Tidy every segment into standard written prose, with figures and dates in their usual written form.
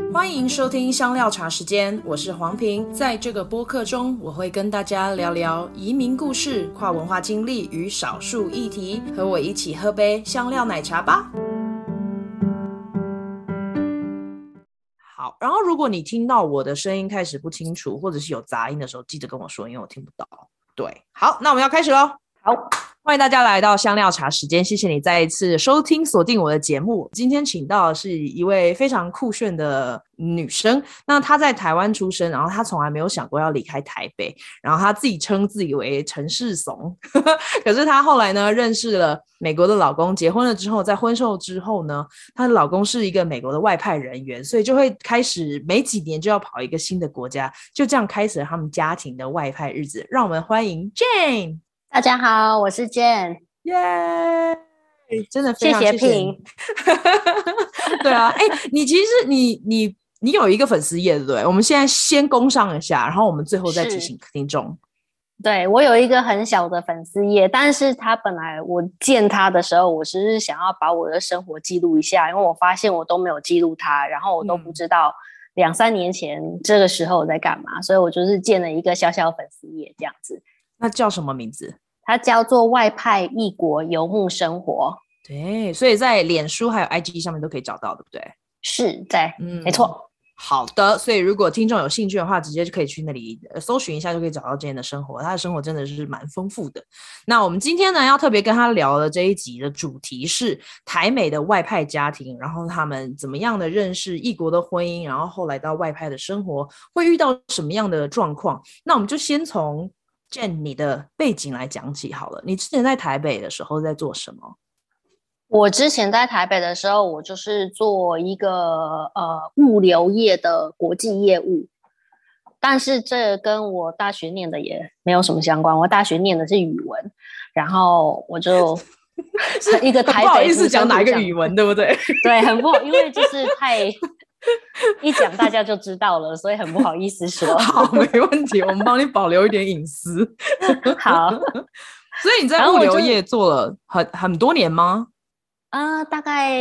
欢迎收听香料茶时间，我是黄平。在这个播客中，我会跟大家聊聊移民故事、跨文化经历与少数议题，和我一起喝杯香料奶茶吧。好，然后如果你听到我的声音开始不清楚，或者是有杂音的时候，记得跟我说，因为我听不到。对，好，那我们要开始咯。好，欢迎大家来到香料茶时间，谢谢你再一次收听锁定我的节目。今天请到的是一位非常酷炫的女生，那她在台湾出生，然后她从来没有想过要离开台北，然后她自己称自己为城市怂可是她后来呢认识了美国的老公，结婚了之后，在婚后之后呢，她的老公是一个美国的外派人员，所以就会开始每几年就要跑一个新的国家，就这样开始了他们家庭的外派日子。让我们欢迎 Jane。 大家好，我是 Jane。 耶，真的非常谢谢平。 对啊，你其实你有一个粉丝页，对不对？我们现在先工商一下，然后我们最后再提醒听众。 对，我有一个很小的粉丝页，但是他本来我见他的时候，我是想要把我的生活记录一下，因为我发现我都没有记录他，然后我都不知道2-3年前这个时候我在干嘛，所以我就是建了一个小小粉丝页这样子。 那叫什么名字？ 它叫做外派异国游牧生活。 对，所以在脸书还有 IG 上面都可以找到，对不对？ 是在，没错。 好的，所以如果听众有兴趣的话，直接就可以去那里搜寻一下，就可以找到今天的生活。他的生活真的是蛮丰富的。那我们今天呢，要特别跟他聊的这一集的主题是台美的外派家庭，然后他们怎么样的认识异国的婚姻，然后后来到外派的生活会遇到什么样的状况。那我们就先从Jane 你的背景来讲起好了。你之前在台北的时候在做什么？ 我之前在台北的时候，我就是做一个物流业的国际业务，但是这跟我大学念的也没有什么相关。我大学念的是语文，然后我就是一个台北， 不好意思讲哪一个语文，对不对？ 对，很不好，因为就是太一讲大家就知道了，所以很不好意思说。 好，没问题，我们帮你保留一点隐私。 好， 所以你在物流业做了很多年吗？ 大概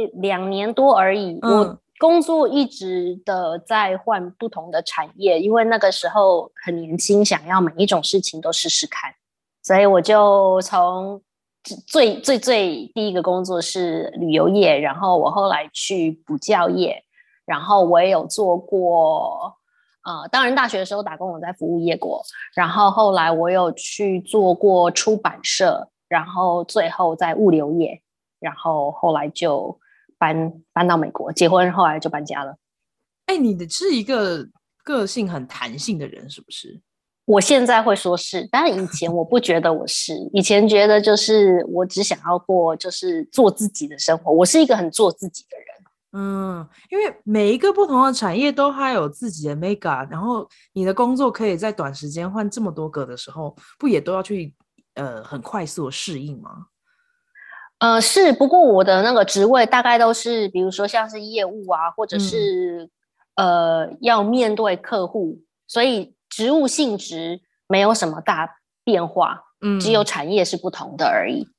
2年多而已。我工作一直的在换不同的产业，因为那个时候很年轻，想要每一种事情都试试看，所以我就从最第一个工作是旅游业，然后我后来去补教业，然后我也有做过当然大学的时候打工我在服务业过，然后后来我有去做过出版社，然后最后在物流业，然后后来就搬到美国，结婚后来就搬家了。 你是一个个性很弹性的人是不是？ 我现在会说是，但以前我不觉得我是，以前觉得就是我只想要过就是做自己的生活，我是一个很做自己的人。 因为每一个不同的产业都还有自己的 mega， 然后你的工作可以在短时间换这么多个的时候，不也都要去很快速的适应吗？ 是，不过我的那个职位大概都是，比如说像是业务啊，或者是要面对客户，所以职务性质没有什么大变化，只有产业是不同的而已。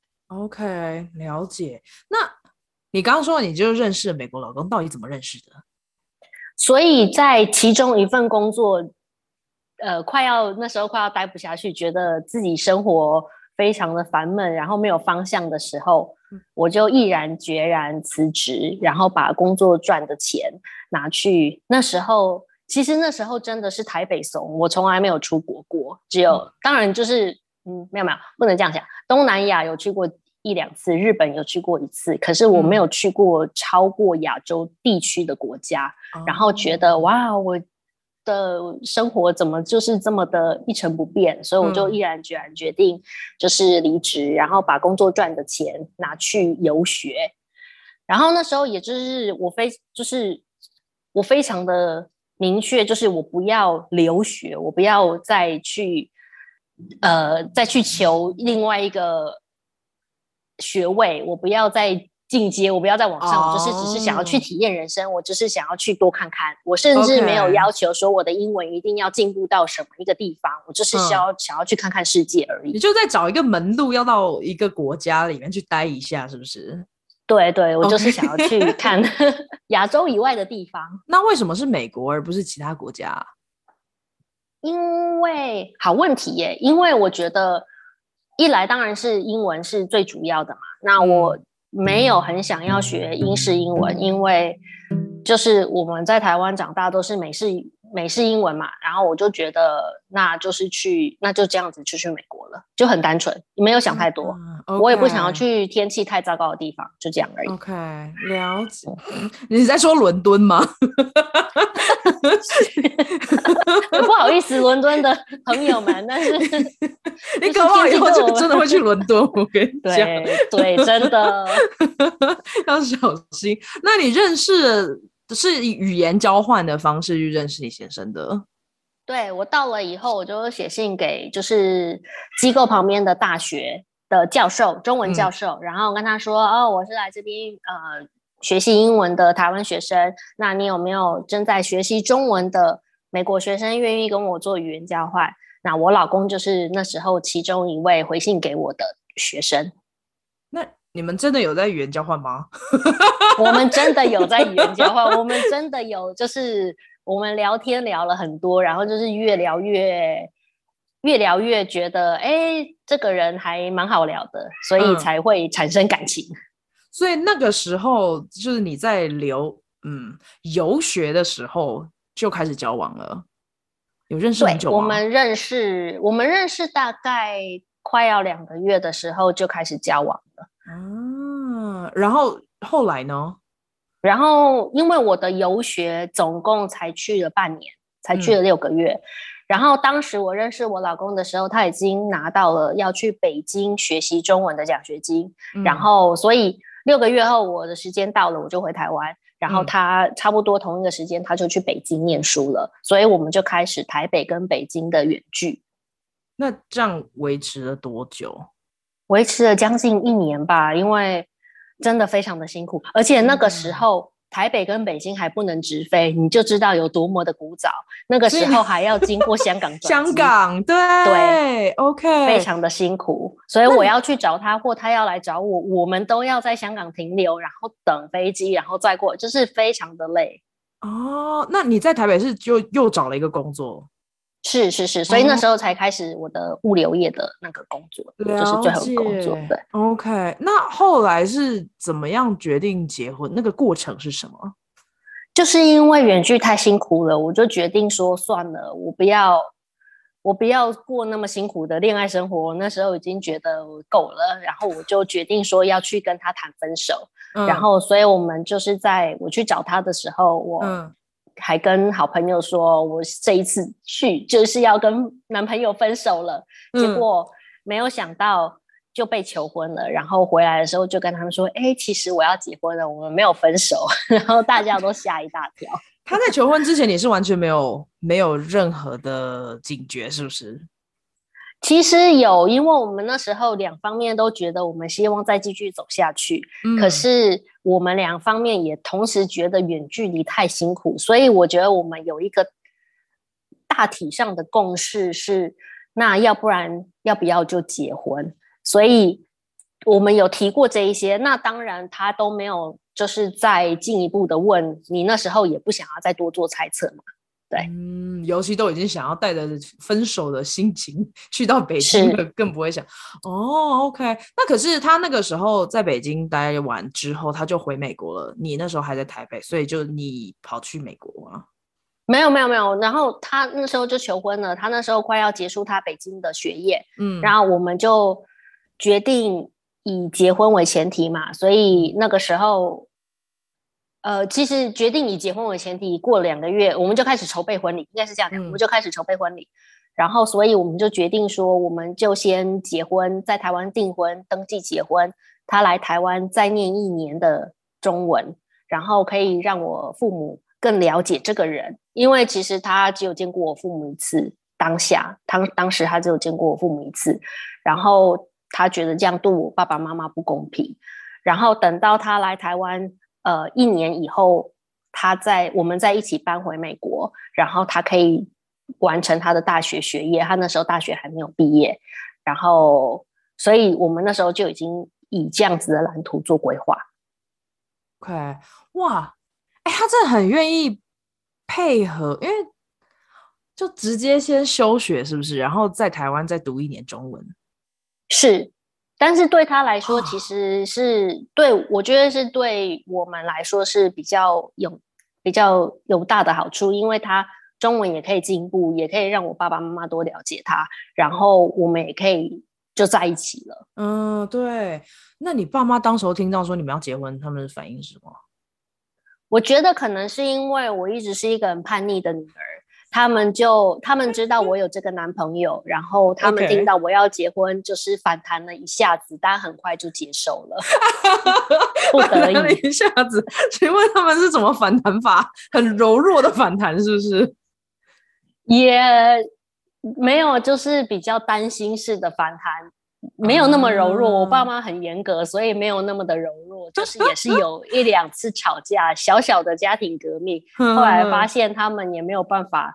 OK， 了解。那你刚刚说你就认识了美国老公，到底怎么认识的？ 所以在其中一份工作，那时候快要待不下去，觉得自己生活非常的烦闷，然后没有方向的时候，我就毅然决然辞职，然后把工作赚的钱拿去。其实那时候真的是台北怂，我从来没有出国过，只有当然就是没有，不能这样讲。东南亚有去过1-2次，日本有去过1次，可是我没有去过超过亚洲地区的国家，然后觉得哇，我的生活怎么就是这么的一成不变，所以我就毅然决然决定就是离职，然后把工作赚的钱拿去游学。然后那时候也就是我非常的明确，就是我不要留学，我不要再去求另外一个学位，我不要再进阶，我不要再往上，我就是只是想要去体验人生，我就是想要去多看看。我甚至没有要求说我的英文一定要进步到什么一个地方，我就是想要去看看世界而已。 你就在找一个门路，要到一个国家里面去待一下，是不是？ 对对，我就是想要去看亚洲以外的地方。 那为什么是美国而不是其他国家啊？ 因为好问题耶，因为我觉得一来当然是英文是最主要的嘛，那我没有很想要学英式英文，因为就是我们在台湾长大都是美式英文嘛，然后我就觉得那就这样子就去美国了，就很单纯，没有想太多。 Okay. 我也不想要去天气太糟糕的地方，就这样而已。 OK， 了解。你在说伦敦吗？ 不好意思，伦敦的朋友们，但是你搞不好以后就真的会去伦敦，我跟你讲。 对，真的要小心。那你认识是以语言交换的方式去认识你先生的？ 对，我到了以后，我就写信给就是机构旁边的大学的教授，中文教授，然后跟他说，我是来这边学习英文的台湾学生，那你有没有正在学习中文的美国学生愿意跟我做语言交换？那我老公就是那时候其中一位回信给我的学生。 那你们真的有在语言交换吗？ 我们真的有在语言交换，我们真的有，就是我们聊天聊了很多，然后就是越聊越觉得，这个人还蛮好聊的，所以才会产生感情。 所以那个时候就是你在游学的时候就开始交往了，有认识很久吗？ 对，我们认识大概快要2个月的时候就开始交往了。 然后后来呢？ 然后因为我的游学总共才去了半年，才去了6个月。然后当时我认识我老公的时候，他已经拿到了要去北京学习中文的奖学金。然后所以6个月后我的时间到了，我就回台湾。然后他差不多同一个时间他就去北京念书了，所以我们就开始台北跟北京的远距。 那这样维持了多久？ 维持了将近1年吧，因为真的非常的辛苦，而且那个时候台北跟北京还不能直飞，你就知道有多么的古早。那个时候还要经过香港转机。 香港，对 ，OK， 非常的辛苦。所以我要去找他，或他要来找我，我们都要在香港停留，然后等飞机，然后再过，就是非常的累。 那你在台北是就又找了一个工作？ 是，所以那时候才开始我的物流业的那个工作，就是最后的工作。对 ，OK。那后来是怎么样决定结婚？那个过程是什么？ 就是因为远距太辛苦了，我就决定说算了，我不要过那么辛苦的恋爱生活。那时候已经觉得够了，然后我就决定说要去跟他谈分手。然后所以我们就是在我去找他的时候，我还跟好朋友说，我这一次去就是要跟男朋友分手了。结果没有想到就被求婚了，然后回来的时候就跟他们说，其实我要结婚了，我们没有分手。然后大家都吓一大跳。 他在求婚之前你是完全没有任何的警觉，是不是？ 其实有，因为我们那时候2方面都觉得我们希望再继续走下去，可是我们2方面也同时觉得远距离太辛苦，所以我觉得我们有一个大体上的共识是，那要不然要不要就结婚？所以我们有提过这一些，那当然他都没有就是再进一步的问，你那时候也不想要再多做猜测嘛。对， 尤其都已经想要带着分手的心情去到北京了，更不会想OK。那可是他那个时候在北京待完之后，他就回美国了。你那时候还在台北，所以就你跑去美国吗？ 没有。然后他那时候就求婚了，他那时候快要结束他北京的学业，然后我们就决定以结婚为前提嘛，所以那个时候。其实决定以结婚为前提，过了2个月，我们就开始筹备婚礼，应该是这样讲，我们就开始筹备婚礼。然后，所以我们就决定说，我们就先结婚，在台湾订婚，登记结婚。他来台湾再念1年的中文，然后可以让我父母更了解这个人，因为其实他只有见过我父母1次，当时他只有见过我父母1次，然后他觉得这样对我爸爸妈妈不公平。然后等到他来台湾。1年以后，我们在一起搬回美国，然后他可以完成他的大学学业。他那时候大学还没有毕业，然后所以我们那时候就已经以这样子的蓝图做规划。 OK， 哇，他真的很愿意配合，因为就直接先休学是不是？然后在台湾再读1年中文。 是，但是对他来说，其实是我觉得是对我们来说是比较有大的好处，因为他中文也可以进步，也可以让我爸爸妈妈多了解他，然后我们也可以就在一起了。 对。那你爸妈当时候听到说你们要结婚，他们的反应是什么？ 我觉得可能是因为我一直是一个很叛逆的女儿，他们知道我有这个男朋友，然后他们听到我要结婚，就是反弹了一下子，但很快就接受了。不得已一下子，请问他们是怎么反弹法？很柔弱的反弹是不是？ 也没有，就是比较担心式的反弹，没有那么柔弱。我爸妈很严格，所以没有那么的柔弱，就是也是有1-2次吵架，小小的家庭革命。后来发现他们也没有办法，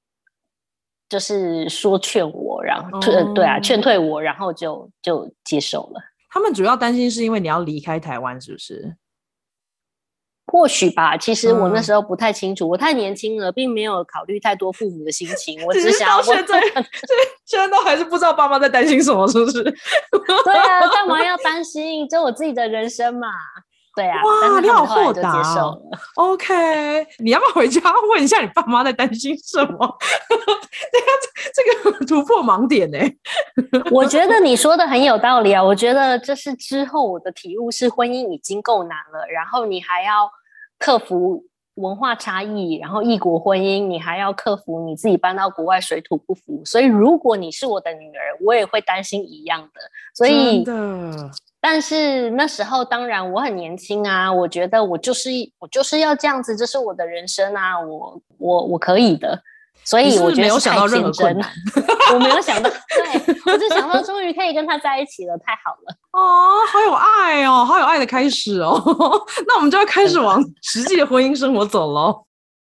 就是说劝我，然后劝退我，然后就接受了。 他们主要担心是因为你要离开台湾，是不是？ 或许吧，其实我那时候不太清楚，我太年轻了，并没有考虑太多父母的心情。我只想要现在都还是不知道爸妈在担心什么，是不是？ 对啊，干嘛要担心？这我自己的人生嘛。对啊， 哇，你好豁达啊 ！OK， 你要不要回家问一下你爸妈在担心什么？这个突破盲点呢？ 我觉得你说的很有道理啊。我觉得这是之后我的体悟是，婚姻已经够难了，然后你还要克服文化差异，然后异国婚姻，你还要克服你自己搬到国外水土不服。所以如果你是我的女儿，我也会担心一样的。所以真的。 但是那时候当然我很年轻啊，我觉得我就是要这样子，这是我的人生啊，我可以的。所以我觉得没有想到任何困难。 我没有想到，对，我就想到终于可以跟他在一起了，太好了。 好有爱哦，好有爱的开始哦。那我们就要开始往实际的婚姻生活走咯。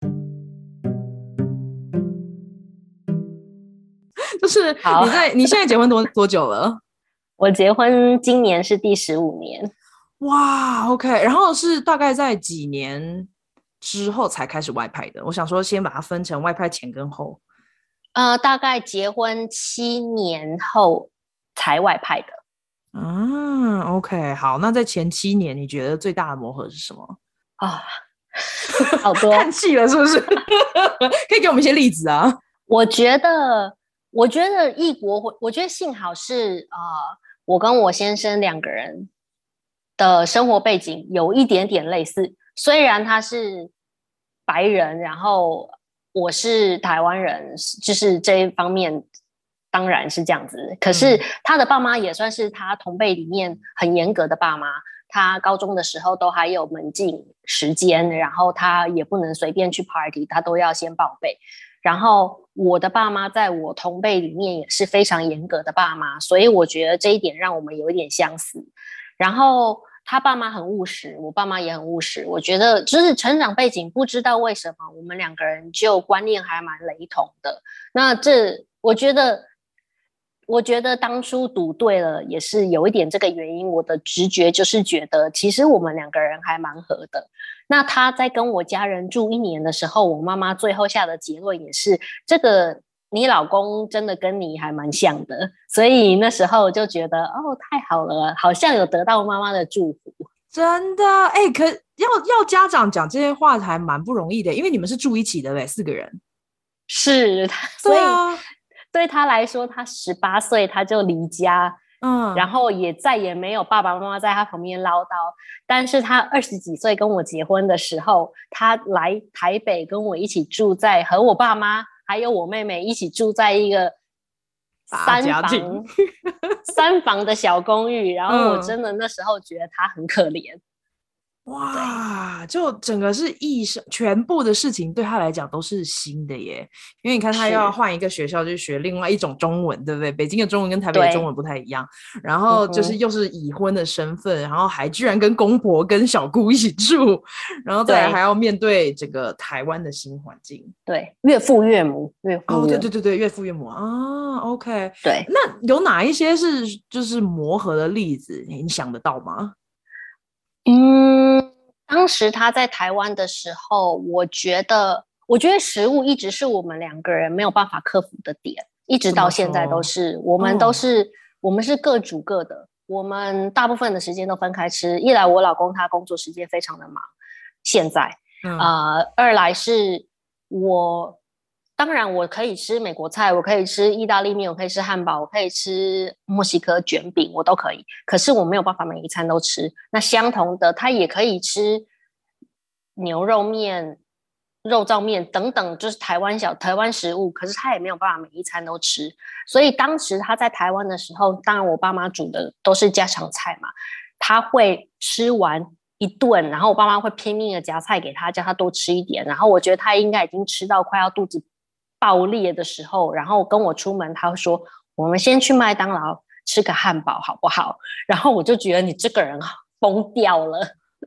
就是你现在结婚多久了？ 我结婚今年是第15年。 哇 ，OK， 然后是大概在几年之后才开始外派的？我想说先把它分成外派前跟后。 大概结婚7年后才外派的。 OK， 好，那在前7年你觉得最大的磨合是什么？ 好多。 叹气了是不是？可以给我们一些例子啊。 我觉得异国，我觉得幸好是我跟我先生2个人的生活背景有一点点类似，虽然他是白人，然后我是台湾人，就是这一方面当然是这样子。可是他的爸妈也算是他同辈里面很严格的爸妈，他高中的时候都还有门禁时间，然后他也不能随便去 party， 他都要先报备。然后我的爸妈在我同辈里面也是非常严格的爸妈，所以我觉得这一点让我们有一点相似。然后他爸妈很务实，我爸妈也很务实，我觉得就是成长背景不知道为什么我们2个人就观念还蛮雷同的。那这我觉得当初赌对了也是有一点这个原因。我的直觉就是觉得其实我们2个人还蛮合的。那他在跟我家人住1年的时候，我妈妈最后下的结论也是这个你老公真的跟你还蛮像的。所以那时候就觉得太好了，好像有得到妈妈的祝福。 真的可要家长讲这些话还蛮不容易的，因为你们是住一起的4个人。 是，所以对他来说，他18岁他就离家，然后也再也没有爸爸妈妈在他旁边唠叨。但是他20几岁跟我结婚的时候，他来台北跟我一起住在，和我爸妈还有我妹妹一起住在一个三房的小公寓。然后我真的那时候觉得他很可怜。 哇，就整个是全部的事情对他来讲都是新的耶。因为你看他要换一个学校，就学另外一种中文，对不对？北京的中文跟台北的中文不太一样。然后就是又是已婚的身份，然后还居然跟公婆跟小姑一起住，然后再来还要面对这个台湾的新环境。 对，岳父岳母。 对，岳父岳母啊。OK， 对。 那有哪一些是就是磨合的例子，你想得到吗？ 当当时他在台湾的时候，我觉得食物一直是我们两个人没有办法克服的点，一直到现在都是。我们是各煮各的，我们大部分的时间都分开吃。一来我老公他工作时间非常的忙，现在，二来是当然我可以吃美国菜，我可以吃意大利面，我可以吃汉堡，我可以吃墨西哥卷饼，我都可以。可是我没有办法每一餐都吃。那相同的，他也可以吃牛肉面、肉燥面等等，就是台湾食物。可是他也没有办法每一餐都吃。所以当时他在台湾的时候，当然我爸妈煮的都是家常菜嘛，他会吃完一顿，然后我爸妈会拼命的夹菜给他，叫他多吃一点。然后我觉得他应该已经吃到快要肚子爆裂的时候，然后跟我出门，他会说我们先去麦当劳吃个汉堡好不好？然后我就觉得你这个人疯掉了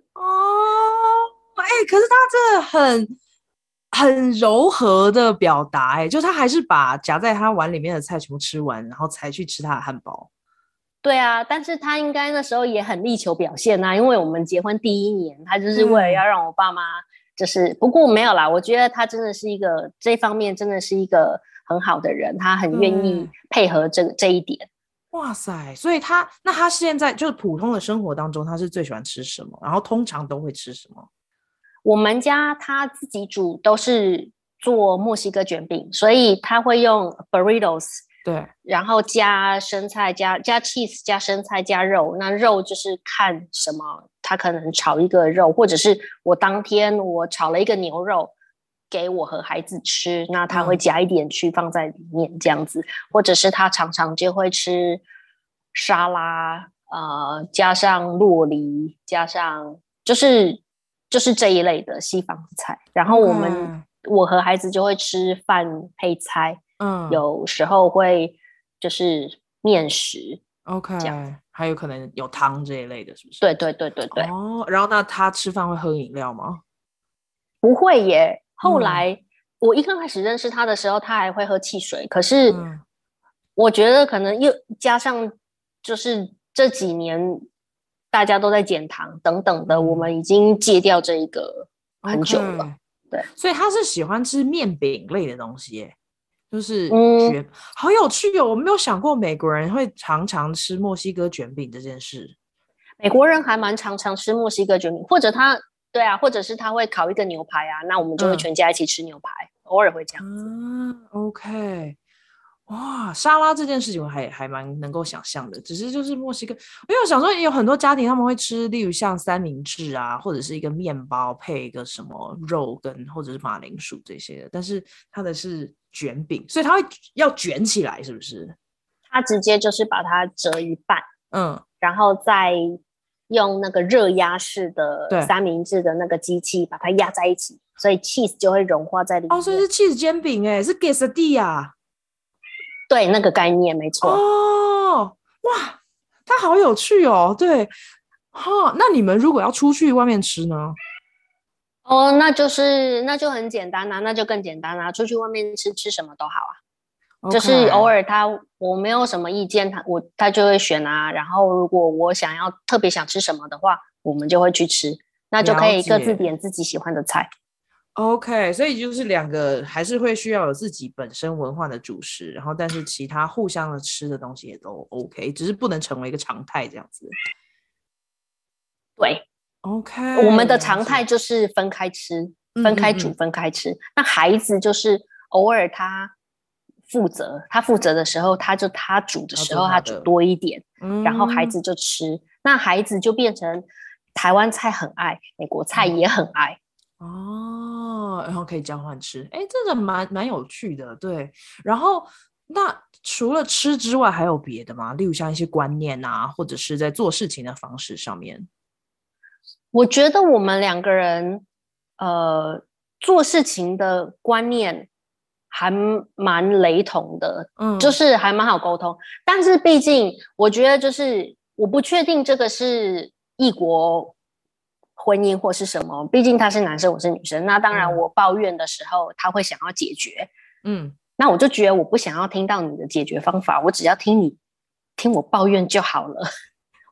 可是他真的很柔和的表达，就他还是把夹在他碗里面的菜全部吃完，然后才去吃他的汉堡。 对啊，但是他应该那时候也很力求表现啊，因为我们结婚第1年，他就是为了要让我爸妈不过没有啦，我觉得他真的是这方面真的是一个很好的人，他很愿意配合这一点。 哇塞，所以他现在就是普通的生活当中，他是最喜欢吃什么？然后通常都会吃什么？ 我们家他自己煮都是做墨西哥卷饼，所以他会用 burritos， 对， 然后加生菜加 cheese 加生菜加肉，那肉就是看什么，他可能炒一个肉，或者是当天我炒了一个牛肉给我和孩子吃，那他会加一点去放在里面这样子，或者是他常常就会吃沙拉，加上酪梨，加上就是这一类的西方菜，然后我和孩子就会吃饭配菜，有时候会就是面食 ，OK，还有可能有汤这一类的，是不是？ 对。 然后那他吃饭会喝饮料吗？ 不会耶。后来我一刚开始认识他的时候，他还会喝汽水，可是我觉得可能又加上就是这几年大家都在减糖等等的，我们已经戒掉这一个很久了。对， 所以他是喜欢吃面饼类的东西耶，就是好有趣哦！我没有想过美国人会常常吃墨西哥卷饼这件事。 美国人还蛮常吃墨西哥卷饼，或者或者是他会烤一个牛排啊，那我们就会全家一起吃牛排，偶尔会这样子。 OK， 哇，沙拉这件事情我还蛮能够想象的，只是就是墨西哥，因为我想说有很多家庭他们会吃，例如像三明治啊，或者是一个面包配一个什么肉跟或者是马铃薯这些的，但是它的是卷饼，所以它会要卷起来，是不是？ 它直接就是把它折一半，然后再用那个热压式的三明治的那个机器把它压在一起，所以 cheese 就会融化在里面。 所以是 cheese 煎饼是 quesadilla。 对，那个概念没错。 哇，它好有趣哦。对，那你们如果要出去外面吃呢？ 那就很简单啊，那就更简单啊，出去外面吃什么都好啊。就是偶尔我没有什么意见，他就会选啊。然后如果我特别想吃什么的话，我们就会去吃，那就可以各自点自己喜欢的菜。 OK， 所以就是两个还是会需要有自己本身文化的主食，然后但是其他互相的吃的东西也都 OK， 只是不能成为一个常态这样子。 对 ，OK， 我们的常态就是分开吃，分开煮，分开吃。那孩子就是偶尔他负责的时候，他煮的时候他煮多一点，然后孩子就吃。那孩子就变成台湾菜很爱，美国菜也很爱。 然后可以交换吃，这个蛮有趣的，对。然后那除了吃之外，还有别的吗？例如像一些观念啊，或者是在做事情的方式上面。 我觉得我们两个人做事情的观念还蛮雷同的，就是还蛮好沟通。但是毕竟我觉得就是我不确定这个是异国婚姻或是什么，毕竟他是男生我是女生，那当然我抱怨的时候他会想要解决，那我就觉得我不想要听到你的解决方法，我只要听我抱怨就好了。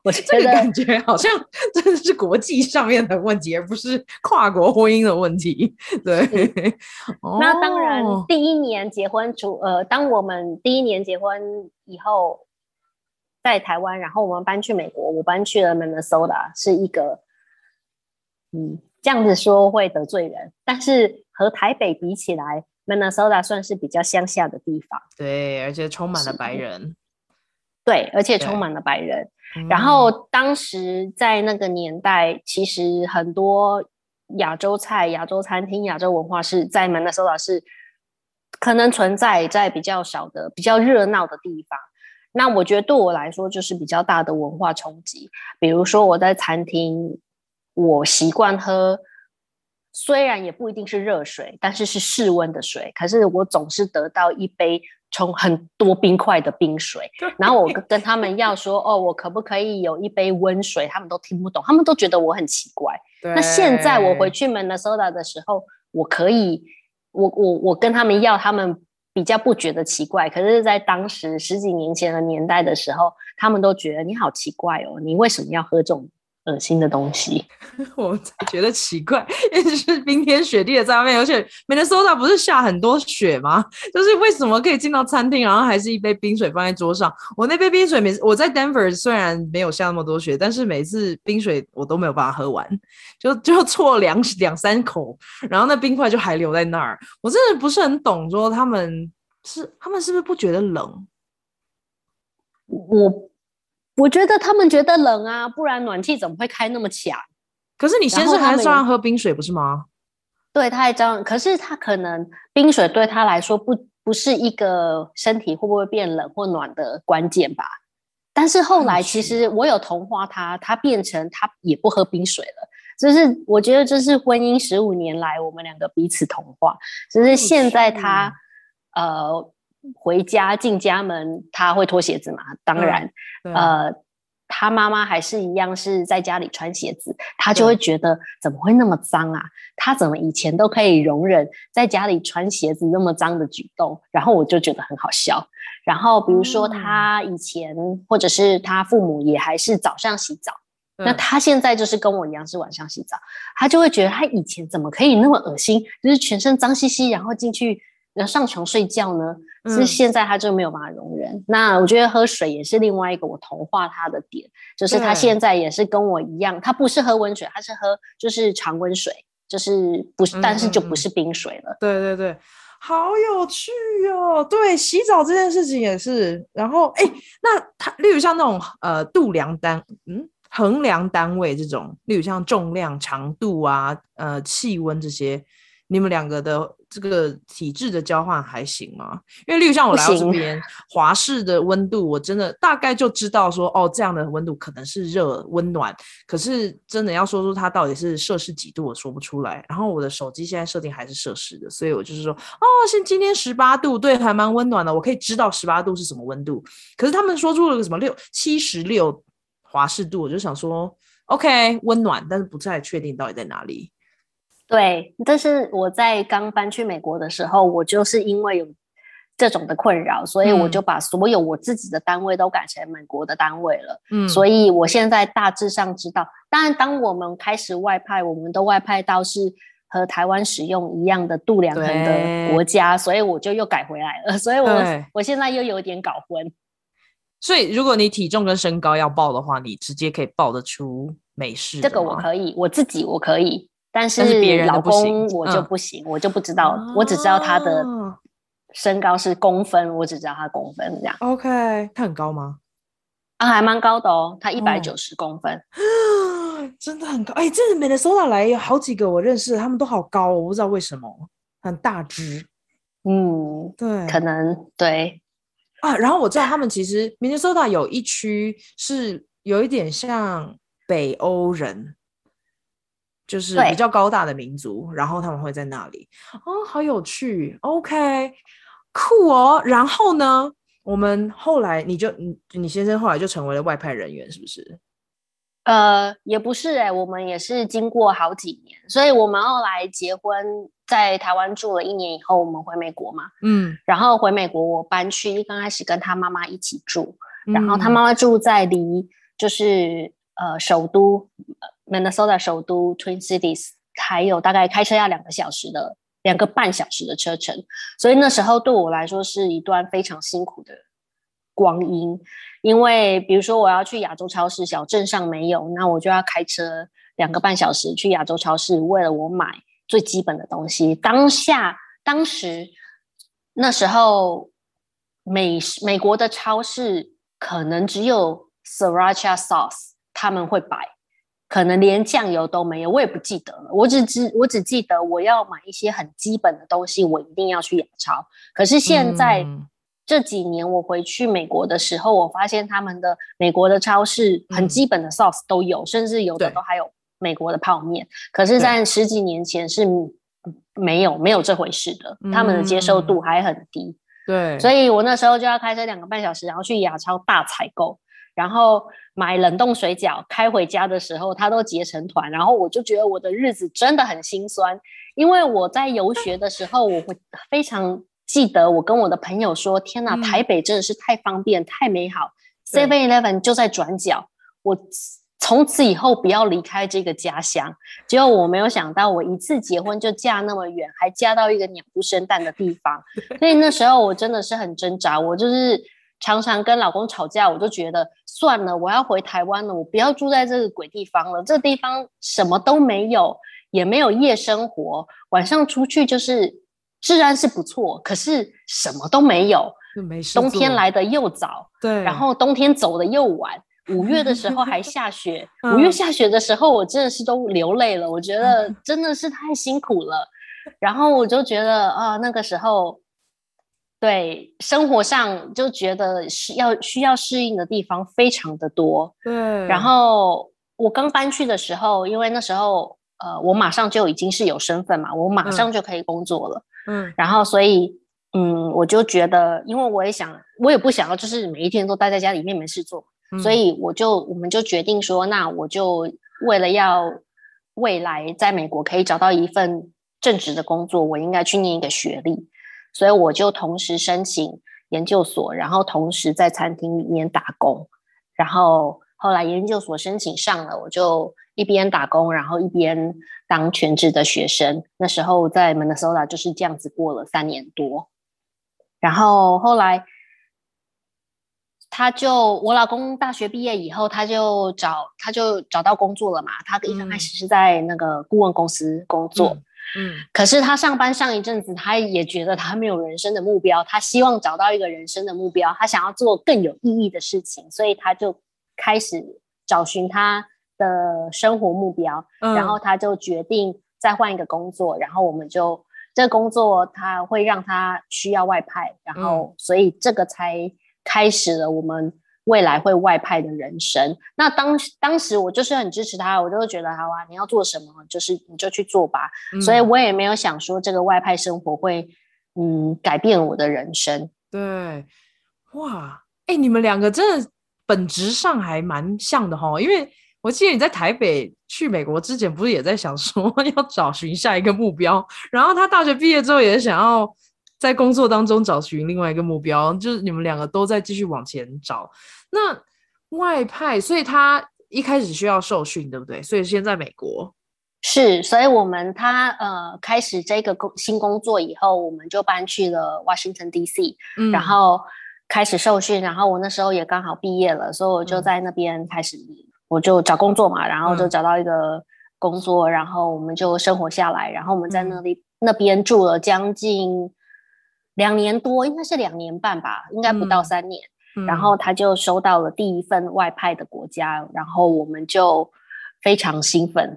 我觉得这个感觉好像真的是国际上面的问题，而不是跨国婚姻的问题。对， 那当然，第一年结婚当我们第一年结婚以后，在台湾，然后我们搬去美国，我搬去了 Minnesota， 是一个这样子说会得罪人，但是和台北比起来 ，Minnesota 算是比较乡下的地方。 对，而且充满了白人。 对，而且充满了白人。然后当时在那个年代，其实很多亚洲菜、亚洲餐厅、亚洲文化是在 Minnesota 是可能存在在比较少的、比较热闹的地方。那我觉得对我来说就是比较大的文化冲击。比如说我在餐厅，我习惯喝，虽然也不一定是热水，但是是室温的水，可是我总是得到一杯冲很多冰块的冰水，然后我跟他们要说哦，我可不可以有一杯温水，他们都听不懂，他们都觉得我很奇怪。那现在我回去 Minnesota 的时候，我可以我跟他们要，他们比较不觉得奇怪，可是在当时十几年前的年代的时候，他们都觉得你好奇怪哦，你为什么要喝这种恶心的东西？ 我才觉得奇怪，因为是冰天雪地的在外面，而且 Minnesota 不是下很多雪吗？就是为什么可以进到餐厅，然后还是一杯冰水放在桌上？我那杯冰水我在 Denver 虽然没有下那么多雪，但是每次冰水我都没有办法喝完，就错两三口，然后那冰块就还留在那儿。我真的不是很懂，说他们是不是不觉得冷？ 我觉得他们觉得冷啊，不然暖气怎么会开那么强？ 可是你先生还是照样喝冰水不是吗？ 对，他还照样，可是他可能冰水对他来说不是一个身体会不会变冷或暖的关键吧。但是后来其实我有同化他，他变成他也不喝冰水了。就是我觉得这是婚姻15年来我们两个彼此同化。就是现在他回家进家门他会脱鞋子嘛，当然他妈妈还是一样是在家里穿鞋子，他就会觉得怎么会那么脏啊，他怎么以前都可以容忍在家里穿鞋子那么脏的举动，然后我就觉得很好笑。然后比如说他以前或者是他父母也还是早上洗澡，那他现在就是跟我一样是晚上洗澡，他就会觉得他以前怎么可以那么恶心，就是全身脏兮兮然后进去上床睡觉呢？是现在他就没有办法容忍。那我觉得喝水也是另外一个我同化他的点，就是他现在也是跟我一样，他不是喝温水，他是喝就是常温水，就是不是，但是就不是冰水了。 对对对，好有趣哦！对，洗澡这件事情也是。然后那他例如像那种衡量单位这种，例如像重量、长度啊、气温这些，你们两个的这个体质的交换还行吗？因为例如像我来到这边，华氏的温度我真的大概就知道说，哦，这样的温度可能是热温暖，可是真的要说出它到底是摄氏几度，我说不出来。然后我的手机现在设定还是摄氏的，所以我就是说，哦，今天18度，对，还蛮温暖的，我可以知道18度是什么温度。可是他们说出了个什么76华氏度，我就想说 OK 温暖，但是不太确定到底在哪里。 对，但是我在刚搬去美国的时候，我就是因为有这种的困扰，所以我就把所有我自己的单位都改成美国的单位了。所以我现在大致上知道，当然当我们开始外派，我们都外派到是和台湾使用一样的度量衡的国家，所以我就又改回来了。所以我现在又有点搞混。 所以如果你体重跟身高要报的话，你直接可以报得出美式的吗？ 这个我可以，我自己我可以。但是别人老公我就不行，我就不知道，我只知道他的身高是公分，我只知道他公分这样。 OK， 他很高吗？ 还蛮高的哦，他190公分， 真的很高。这 Minnesota 来有好几个我认识的，他们都好高，我不知道为什么，很大只。对， 可能对啊。然后我知道他们其实 Minnesota 有一区是有一点像北欧人。就是比较高大的民族，然后他们会在那里好有趣 OK 酷哦。然后呢我们后来你先生后来就成为了外派人员是不是？ 也不是我们也是经过好几年，所以我们后来结婚在台湾住了1年以后，我们回美国嘛，然后回美国我搬去刚开始跟他妈妈一起住，然后他妈妈住在离就是首都Minnesota 首都 Twin Cities 还有大概开车要2个半小时的车程，所以那时候对我来说是一段非常辛苦的光阴。因为比如说我要去亚洲超市，小镇上没有，那我就要开车2个半小时去亚洲超市，为了我买最基本的东西。当时那时候美国的超市可能只有 Sriracha sauce 他们会摆，可能连酱油都没有，我也不记得了。我只记得我要买一些很基本的东西，我一定要去亚超。可是现在这几年我回去美国的时候，我发现他们的美国的超市很基本的 sauce 都有，甚至有的都还有美国的泡面。可是在10几年前是没有这回事的，他们的接受度还很低。 对， 所以我那时候就要开车2个半小时，然后去亚超大采购，然后买冷冻水饺，开回家的时候它都结成团，然后我就觉得我的日子真的很心酸。因为我在游学的时候，我会非常记得我跟我的朋友说，天哪，台北真的是太方便太美好， 7-Eleven 就在转角，我从此以后不要离开这个家乡。结果我没有想到，我一次结婚就嫁那么远，还嫁到一个鸟不生蛋的地方。所以那时候我真的是很挣扎，我就是常常跟老公吵架，我就觉得算了，我要回台湾了，我不要住在这个鬼地方了。这地方什么都没有，也没有夜生活，晚上出去就是治安是不错，可是什么都没有，冬天来的又早，对，然后冬天走的又晚。5月的时候还下雪，5月下雪的时候我真的是都流泪了，我觉得真的是太辛苦了。然后我就觉得那个时候对生活上就觉得需要适应的地方非常的多。对，然后我刚搬去的时候，因为那时候我马上就已经是有身份嘛，我马上就可以工作了。然后所以我就觉得，因为我也不想要就是每一天都待在家里面没事做，所以我们就决定说，那我就为了要未来在美国可以找到一份正职的工作，我应该去念一个学历，所以我就同时申请研究所，然后同时在餐厅里面打工。然后后来研究所申请上了，我就一边打工，然后一边当全职的学生。那时候在 Minnesota 就是这样子过了3年多。然后后来我老公大学毕业以后，他就找到工作了嘛。他一刚开始是在那个顾问公司工作，可是他上班上一阵子，他也觉得他没有人生的目标，他希望找到一个人生的目标，他想要做更有意义的事情，所以他就开始找寻他的生活目标。然后他就决定再换一个工作，然后我们就这个工作他会让他需要外派，然后所以这个才开始了我们未来会外派的人生。那当时我就是很支持他，我就觉得好啊，你要做什么就是你就去做吧。所以我也没有想说这个外派生活会改变我的人生。 对，哇，你们2个真的本质上还蛮像的齁，因为我记得你在台北去美国之前不是也在想说要找寻下一个目标，然后他大学毕业之后也想要在工作当中找寻另外一个目标，就是你们2个都在继续往前找。那外派，所以他一开始需要受训，对不对？所以现在美国是，所以他开始这个新工作以后，我们就搬去了 Washington DC，然后开始受训。然后我那时候也刚好毕业了，所以我就在那边开始，我就找工作嘛，然后就找到一个工作，然后我们就生活下来。然后我们在那边住了将近2年多，应该是2年半吧，应该不到3年。然后他就收到了第一份外派的国家，然后我们就非常兴奋，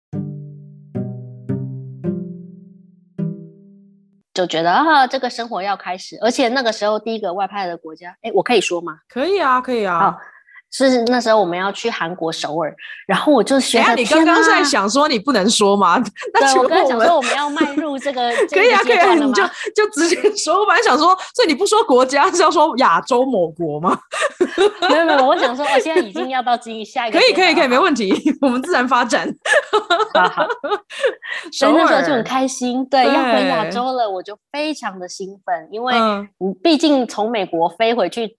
就觉得这个生活要开始。而且那个时候第一个外派的国家，我可以说吗？ 可以啊，可以啊。 好，是那时候我们要去韩国首尔，然后我就觉得， 你刚刚是在想说你不能说吗？ 对，我刚才想说我们要迈入这个可以啊，可以啊，你就直接说。我本来想说，所以你不说国家是要说亚洲某国吗？ 没有，我想说，现在已经要到下一个。 可以，没问题，我们自然发展。 好，所以那时候就很开心，对，要回亚洲了，我就非常的兴奋，因为毕竟从美国飞回去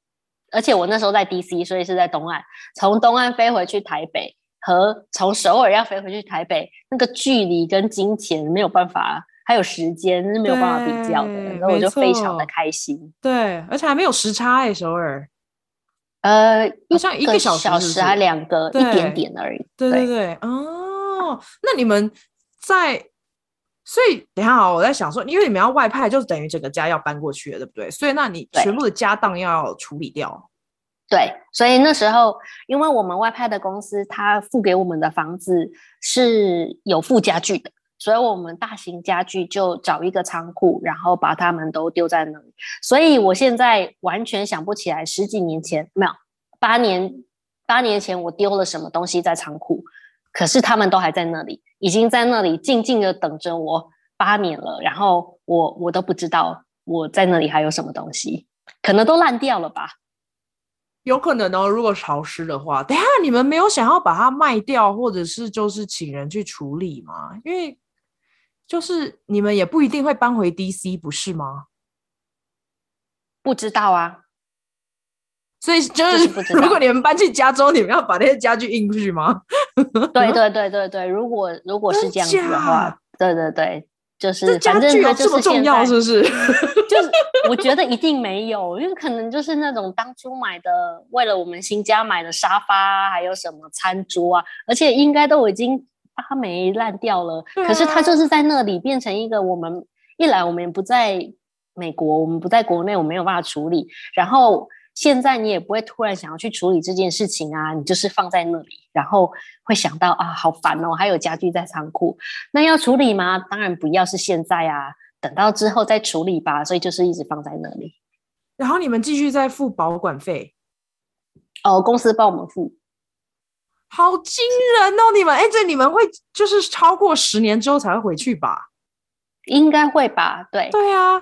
而且我那时候在 DC， 所以是在东岸，从东岸飞回去台北和从首尔要飞回去台北，那个距离跟金钱没有办法，还有时间是没有办法比较的，然后我就非常的开心。 对，而且还没有时差首尔。好像 1个小时还2个，一点点而已。 对，哦，那你们所以等一下我在想说，因为你们要外派，就等于整个家要搬过去了，对不对？所以那你全部的家当要处理掉。 对，所以那时候因为我们外派的公司，他付给我们的房子是有附家具的，所以我们大型家具就找一个仓库，然后把它们都丢在那里。所以我现在完全想不起来10几年前，没有8年前我丢了什么东西在仓库，可是他们都还在那里，已经在那里静静的等着我8年了，然后我都不知道我在那里还有什么东西，可能都烂掉了吧。 有可能哦，如果潮湿的话。等一下你们没有想要把它卖掉，或者是就是请人去处理吗？因为就是你们也不一定会搬回 DC， 不是吗？ 不知道啊， 所以就是如果你们搬去加州，你们要把那些家具运去吗？ 对，如果是这样子的话，对，就是这家具有这么重要是不是？ 就是我觉得一定没有，因为可能就是那种当初买的，为了我们新家买的沙发，还有什么餐桌啊，而且应该都已经发霉烂掉了。可是它就是在那里变成一个我们一来我们也不在美国，我们不在国内，我没有办法处理，然后现在你也不会突然想要去处理这件事情啊，你就是放在那里，然后会想到啊，好烦哦，还有家具在仓库，那要处理吗？当然不要是现在啊，等到之后再处理吧，所以就是一直放在那里。 然后你们继续再付保管费？ 公司帮我们付。 好惊人哦！你们这你们会就是超过10年之后才会回去吧？ 应该会吧，对啊。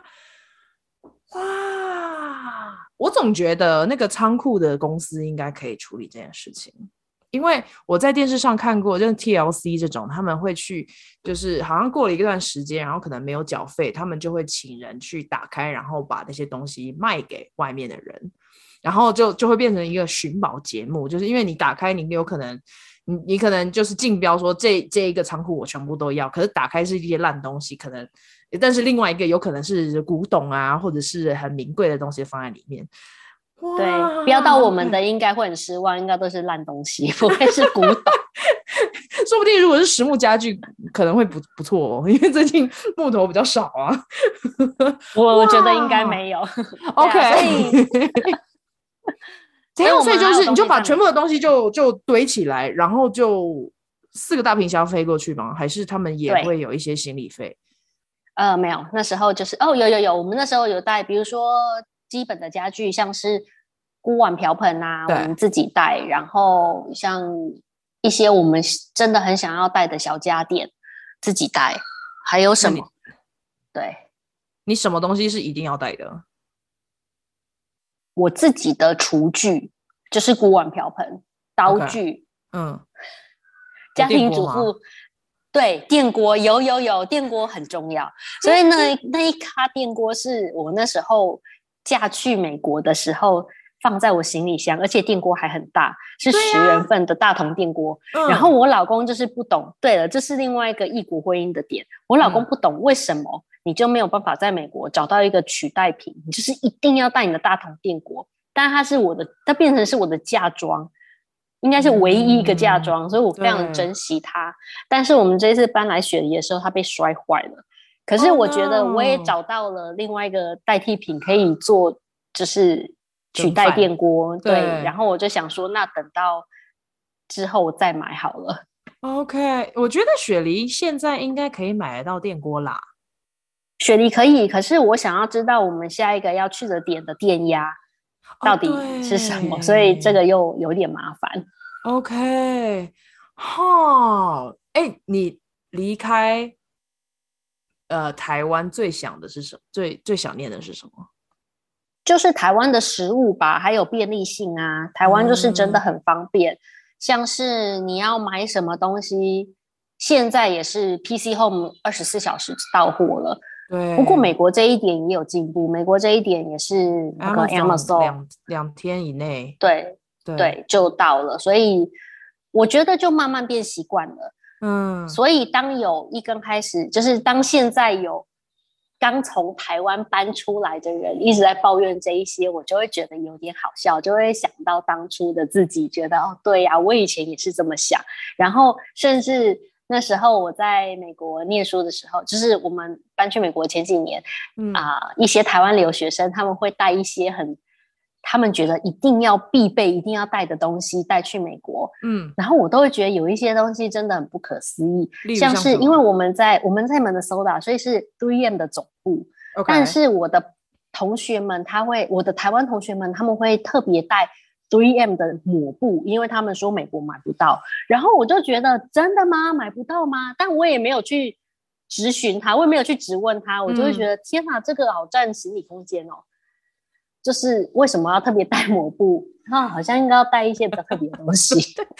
哇，我总觉得那个仓库的公司应该可以处理这件事情，因为我在电视上看过，就是 TLC 这种，他们会去，就是好像过了一段时间，然后可能没有缴费，他们就会请人去打开，然后把那些东西卖给外面的人，然后就会变成一个寻宝节目，就是因为你打开，你有可能你可能就是竞标说这一个仓库我全部都要，可是打开是一些烂东西，可能。但是另外一个有可能是古董啊，或者是很名贵的东西放在里面。 对，标到我们的应该会很失望，应该都是烂东西，不会是古董。 说不定如果是实木家具，可能会不错哦，因为最近木头比较少啊。 我觉得应该没有。 OK， 所以就是你就把全部的东西就堆起来，然后就4个大平箱飞过去吗？还是他们也会有一些行李费？ 没有，那时候就是有，我们那时候有带，比如说基本的家具，像是锅碗瓢盆啊，我们自己带，然后像一些我们真的很想要带的小家电自己带，还有什么？对， 你什么东西是一定要带的？ 我自己的厨具就是锅碗瓢盆、刀具，家庭主妇。对，电锅有，电锅很重要，所以那一咖电锅是我那时候嫁去美国的时候放在我行李箱，而且电锅还很大，是10人份的大同电锅。然后我老公就是不懂，对了，这是另外一个异国婚姻的点，我老公不懂为什么你就没有办法在美国找到一个取代品，你就是一定要带你的大同电锅，但它变成是我的嫁妆。应该是唯一一个嫁妆，所以我非常珍惜它。但是我们这次搬来雪梨的时候，它被摔坏了。可是我觉得我也找到了另外一个代替品，可以做，就是取代电锅。对，然后我就想说，那等到之后再买好了。 OK， 我觉得雪梨现在应该可以买得到电锅啦。 雪梨可以，可是我想要知道我们下一个要去的点的电压到底是什么，所以这个又有点麻烦。 OK， 你离开台湾最想的是什么？最想念的是什么？ 就是台湾的食物吧，还有便利性啊。台湾就是真的很方便，像是你要买什么东西，现在也是 PC Home 24小时到货了。 对。 不过美国这一点也有进步，美国这一点也是那个 Amazon 两天以内， 对对就到了，所以我觉得就慢慢变习惯了。所以当有一刚开始，就是当现在有刚从台湾搬出来的人一直在抱怨这一些，我就会觉得有点好笑，就会想到当初的自己，觉得哦，对呀，我以前也是这么想。然后甚至那时候我在美国念书的时候，就是我们搬去美国前几年，一些台湾留学生他们会带一些他们觉得一定要必备、一定要带的东西带去美国，然后我都会觉得有一些东西真的很不可思议，像是因为我们在 Minnesota， 所以是 3M 的总部，但是我的同学们我的台湾同学们他们会特别带 3M 的抹布，因为他们说美国买不到，然后我就觉得真的吗？买不到吗？但我也没有去质询他，我也没有去质问他，我就会觉得天哪，这个好占行李空间哦。就是为什么要特别带抹布？好像应该要带一些比较特别的东西。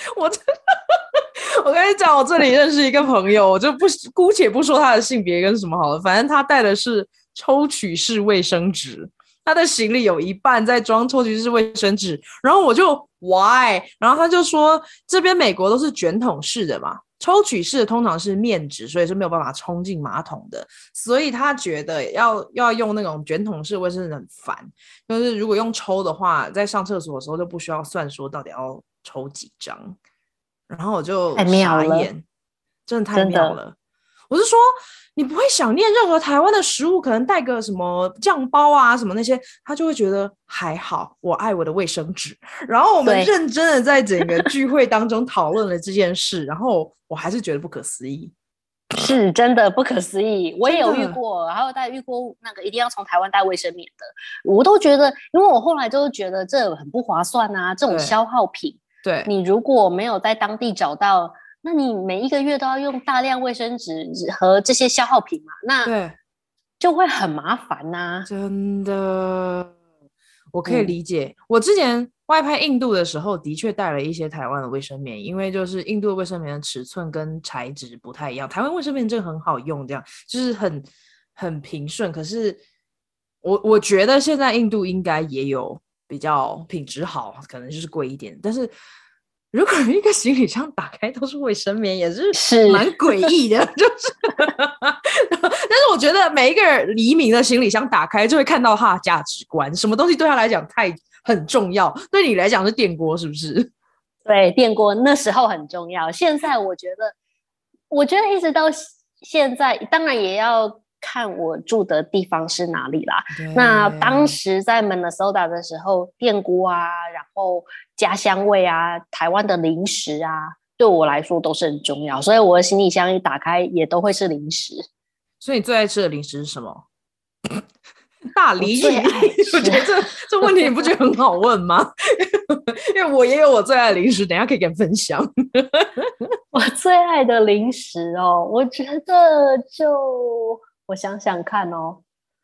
我跟你讲，我这里认识一个朋友，我就姑且不说他的性别跟什么好了，反正他带的是抽取式卫生纸，他的行李有一半在装抽取式卫生纸，然后我就 why？ 然后他就说这边美国都是卷筒式的嘛。抽取式的通常是面纸，所以是没有办法冲进马桶的，所以他觉得要用那种卷筒式卫生纸很烦，就是如果用抽的话，在上厕所的时候就不需要算说到底要抽几张，然后我就傻眼，真的太妙了。我是说你不会想念任何台湾的食物，可能带个什么酱包啊什么那些，他就会觉得还好，我爱我的卫生纸。然后我们认真的在整个聚会当中讨论了这件事，然后我还是觉得不可思议， 是真的不可思议。我也有遇过，然后大家遇过那个一定要从台湾带卫生棉的，我都觉得，因为我后来就觉得这很不划算啊，这种消耗品， 对， 你如果没有在当地找到。那你每一个月都要用大量卫生纸和这些消耗品嘛？那就会很麻烦啊。 真的，我可以理解。我之前外派印度的时候，的确带了一些台湾的卫生棉，因为就是印度的卫生棉的尺寸跟材质不太一样。台湾卫生棉真的很好用，这样就是很平顺。可是我觉得现在印度应该也有比较品质好，可能就是贵一点，但是。如果一个行李箱打开都是卫生棉，也是蛮诡异的，就是。但是我觉得每一个黎明的行李箱打开，就会看到他的价值观，什么东西对他来讲很重要。对你来讲是电锅，是不是？ 对，电锅那时候很重要。现在我觉得一直到现在，当然也要看我住的地方是哪里啦。那当时在 Minnesota 的时候，电锅啊，然后家乡味啊，台湾的零食啊，对我来说都是很重要，所以我的行李箱一打开也都会是零食。 所以你最爱吃的零食是什么？大梨玉，我觉得这问题你不觉得很好问吗？因为我也有我最爱的零食，等一下可以跟你分享。 我最爱的零食哦，我觉得我想想看哦，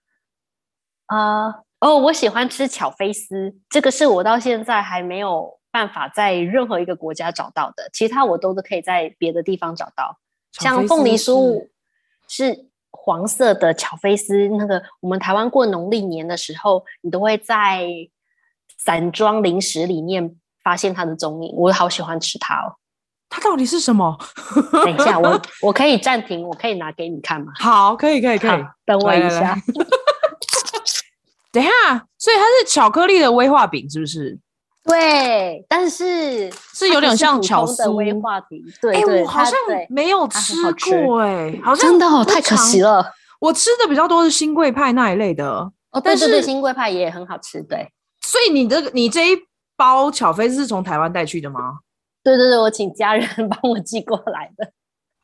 我喜欢吃巧菲斯，这个是我到现在还没有办法在任何一个国家找到的，其他我都可以在别的地方找到。像凤梨酥是黄色的巧菲斯，那个我们台湾过农历年的时候，你都会在散装零食里面发现它的踪影，我好喜欢吃它哦。 它到底是什么？ 等一下，我可以暂停，我可以拿给你看吗？ 好，可以， 等我一下。 等一下，所以它是巧克力的威化饼，是不是？ 对，但是有点像巧酥的威化饼。对， 我好像没有吃过，好像真的太可惜了。 我吃的比较多是新贵派那一类的但是新贵派也很好吃，对。 所以你这一包巧菲是从台湾带去的吗？ 对，我请家人帮我寄过来的。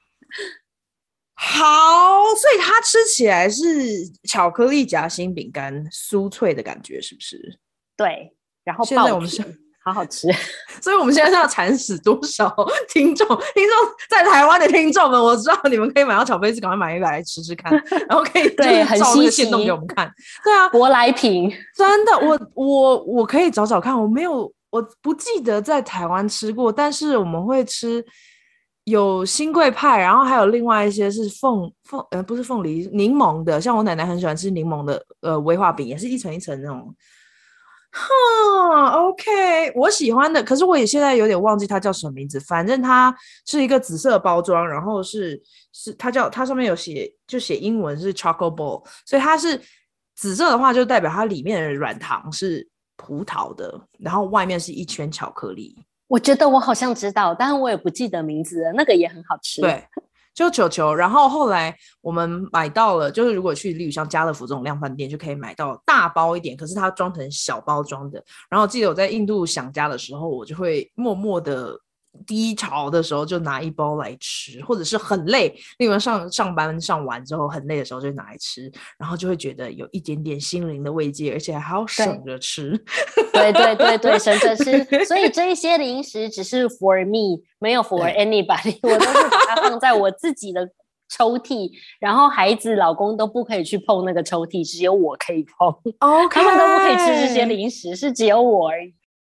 好，所以它吃起来是巧克力夹心饼干，酥脆的感觉，是不是？ 对，然后现在我们好好吃。 所以我们现在是要惨死多少听众在台湾的听众们，我知道你们可以买到巧菲斯，赶快买一来吃吃看，然后可以对照那个限动给我们看。对啊， 舶来品， 真的，我可以找看，我不记得在台湾吃过，但是我们会吃有新贵派，然后还有另外一些是不是凤梨，柠檬的，像我奶奶很喜欢吃柠檬的威化饼，也是一层一层那种。OK， 我喜欢的，可是我也现在有点忘记它叫什么名字。反正它是一个紫色包装，然后它上面有写英文是 Choco Ball， 所以它是紫色的话，就代表它里面的软糖是葡萄的，然后外面是一圈巧克力。 我觉得我好像知道，但是我也不记得名字了。那个也很好吃。 对，就球球。然后后来我们买到了，就是如果去例如像家乐福这种量贩店，就可以买到大包一点，可是它装成小包装的。然后记得我在印度想家的时候，我就会默默的低潮的时候就拿一包来吃，或者是很累，例如上班上完之后很累的时候就拿来吃，然后就会觉得有一点点心灵的慰藉，而且还要省着吃。 对对对对，省着吃。所以这一些零食只是 for me， 没有 for anybody， 我都是把它放在我自己的抽屉，然后孩子、老公都不可以去碰那个抽屉，只有我可以碰。 Okay. 他们都不可以吃这些零食，是只有我而已。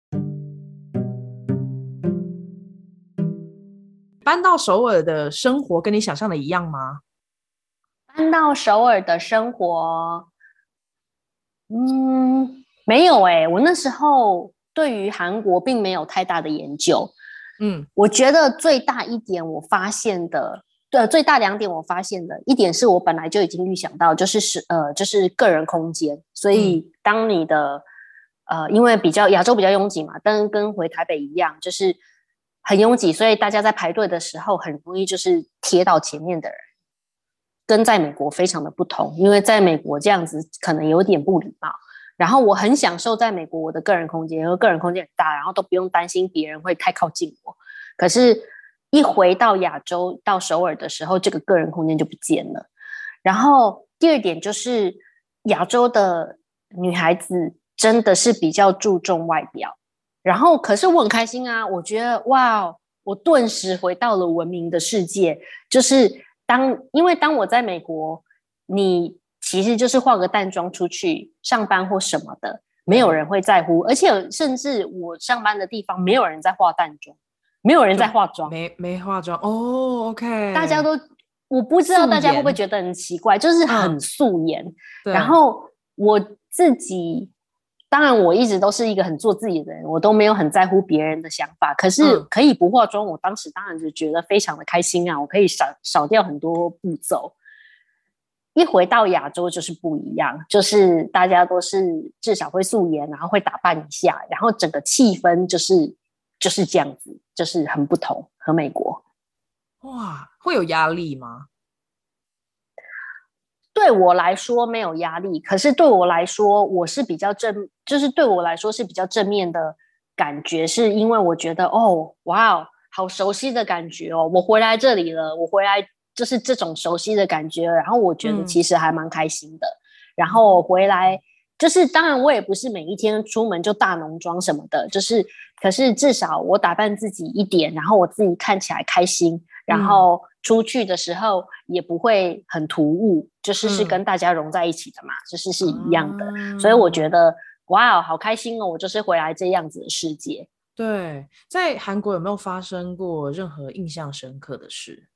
搬到首尔的生活跟你想象的一样吗？ 搬到首尔的生活，没有我那时候对于韩国并没有太大的研究。我觉得最大两点我发现的，一点是我本来就已经预想到，就是个人空间。所以当你的因为亚洲比较拥挤嘛，但跟回台北一样，就是很拥挤，所以大家在排队的时候很容易就是贴到前面的人，跟在美国非常的不同。因为在美国这样子可能有点不礼貌，然后我很享受在美国我的个人空间，因为个人空间很大，然后都不用担心别人会太靠近我。可是一回到亚洲到首尔的时候，这个个人空间就不见了。然后第二点就是亚洲的女孩子真的是比较注重外表，然后可是我很开心啊，我觉得哇，我顿时回到了文明的世界。就是因为当我在美国，你其实就是化个淡妆出去上班或什么的，没有人会在乎，而且甚至我上班的地方没有人在化淡妆，没有人在化妆， 没化妆哦。OK， 大家都，我不知道大家会不会觉得很奇怪，就是很素颜。然后我自己，当然我一直都是一个很做自己的人，我都没有很在乎别人的想法。可是可以不化妆，我当时当然就觉得非常的开心啊，我可以少掉很多步骤。一回到亚洲就是不一样，就是大家都是至少会素颜，然后会打扮一下，然后整个气氛就是这样子，就是很不同，和美国。 哇，会有压力吗？ 对我来说没有压力，可是对我来说我是比较就是对我来说是比较正面的感觉，是因为我觉得哇，好熟悉的感觉哦，我回来这里了，我回来就是这种熟悉的感觉，然后我觉得其实还蛮开心的。然后回来就是当然我也不是每一天出门就大浓妆什么的，就是可是至少我打扮自己一点，然后我自己看起来开心，然后出去的时候也不会很突兀，就是跟大家融在一起的嘛，就是一样的。所以我觉得哇，好开心哦，我就是回来这样子的世界。 对，在韩国有没有发生过任何印象深刻的事？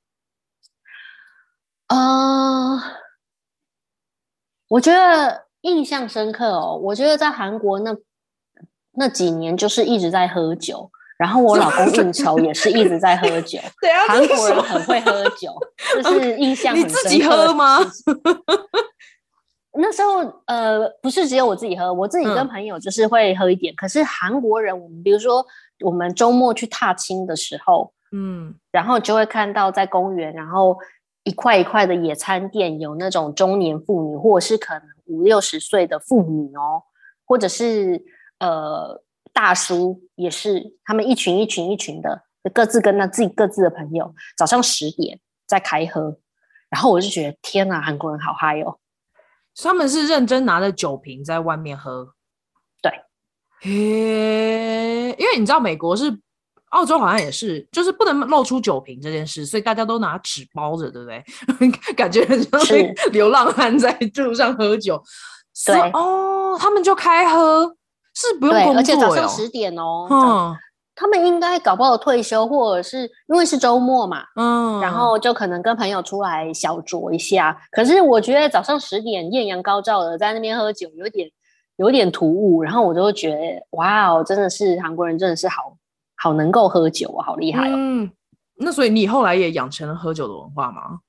我觉得印象深刻哦。我觉得在韩国那几年就是一直在喝酒，然后我老公应酬也是一直在喝酒。韩国人很会喝酒，就是印象很深刻。 你自己喝吗？ 那时候不是只有我自己喝，我自己跟朋友就是会喝一点。可是韩国人，比如说我们周末去踏青的时候，然后就会看到在公园，然后一块一块的野餐垫，有那种中年妇女，或者是可能50-60岁的妇女哦，或者是大叔，也是他们一群一群的，各自跟自己各自的朋友，早上10点在开喝，然后我就觉得天哪，韩国人好嗨哦！ 他们是认真拿着酒瓶在外面喝。 对， 因为你知道美国是。澳洲好像也是，就是不能露出酒瓶这件事，所以大家都拿纸包着，对不对？感觉很像流浪汉在路上喝酒。 对他们就开喝，是不用工作对，而且早上10点哦。 他们应该搞不好退休，或者是因为是周末嘛，然后就可能跟朋友出来小酌一下。可是我觉得早上10点艳阳高照的在那边喝酒，有点突兀。然后我就会觉得，哇哦，真的是韩国人真的是好能够喝酒啊，好厉害哦。 那所以你后来也养成了喝酒的文化吗？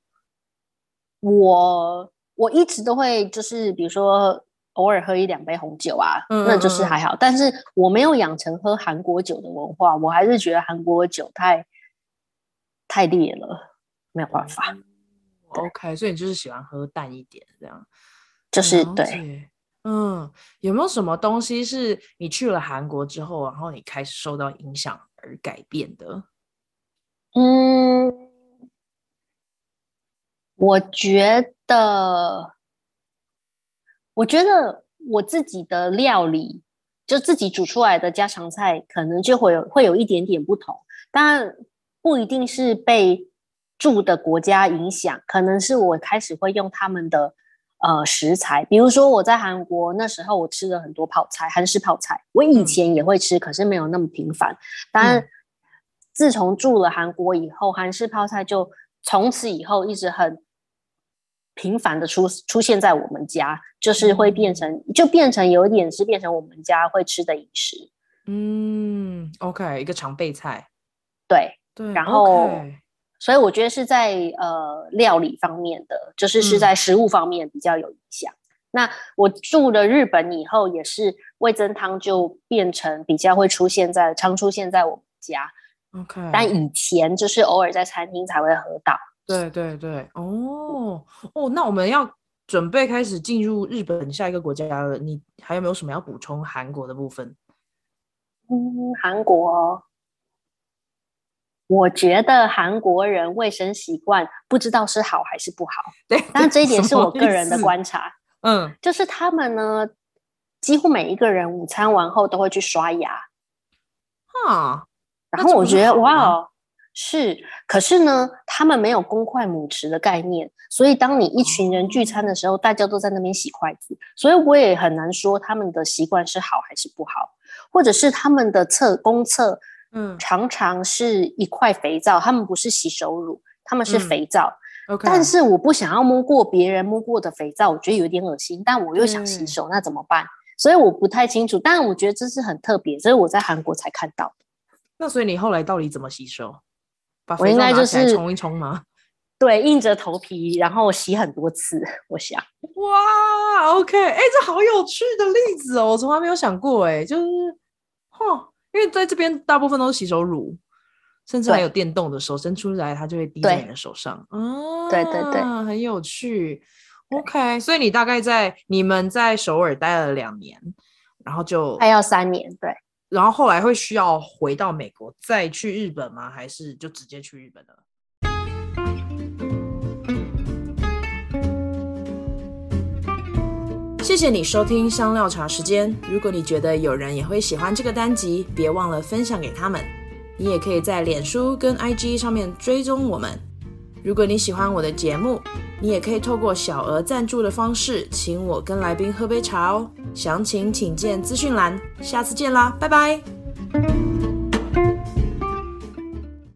我一直都会就是比如说偶尔喝1-2杯红酒啊，那就是还好。但是我没有养成喝韩国酒的文化，我还是觉得韩国酒太烈了，没有办法。 OK， 所以你就是喜欢喝淡一点这样。 就是对。 有没有什么东西是你去了韩国之后，然后你开始受到影响而改变的？ 我觉得我自己的料理，就自己煮出来的家常菜，可能就会有一点点不同。当然不一定是被住的国家影响，可能是我开始会用他们的食材。比如说我在韩国那时候，我吃了很多泡菜，韩式泡菜。我以前也会吃，可是没有那么频繁。当然，自从住了韩国以后，韩式泡菜就从此以后一直很频繁的出现在我们家，就是会变成有一点是变成我们家会吃的饮食。 OK， 一个常备菜。 对，然后所以我觉得是在料理方面的，就是在食物方面比较有影响。那我住了日本以后，也是味噌汤就变成比较会常出现在我们家。 OK， 但以前就是偶尔在餐厅才会喝到。 对，那我们要准备开始进入日本下一个国家了，你还有没有什么要补充韩国的部分？ 韩国，我觉得韩国人卫生习惯不知道是好还是不好。 对， 但这一点是我个人的观察。就是他们呢，几乎每一个人午餐完后都会去刷牙。然后我觉得哇，可是呢，他们没有公筷母匙的概念，所以当你一群人聚餐的时候，大家都在那边洗筷子，所以我也很难说他们的习惯是好还是不好，或者是他们的公厕常常是一块肥皂，他们不是洗手乳，他们是肥皂。但是我不想要摸过别人摸过的肥皂，我觉得有点恶心，但我又想洗手，那怎么办？所以我不太清楚，但我觉得这是很特别，所以我在韩国才看到的。 那所以你后来到底怎么洗手？把肥皂拿起来冲一冲吗？ 对，硬着头皮，然后洗很多次。我想， 哇 ，OK， 这好有趣的例子哦，我从来没有想过，就是因为在这边大部分都是洗手乳，甚至还有电动的，手伸出来它就会滴在你的手上。 对， 很有趣。OK， 所以你们在首尔待了2年，然后就还要3年，对。 然后后来会需要回到美国再去日本吗？还是就直接去日本了？谢谢你收听香料茶时间。如果你觉得有人也会喜欢这个单集，别忘了分享给他们。你也可以在脸书跟 IG 上面追踪我们。如果你喜欢我的节目，你也可以透过小额赞助的方式请我跟来宾喝杯茶哦。详情请见资讯栏。下次见啦，拜拜。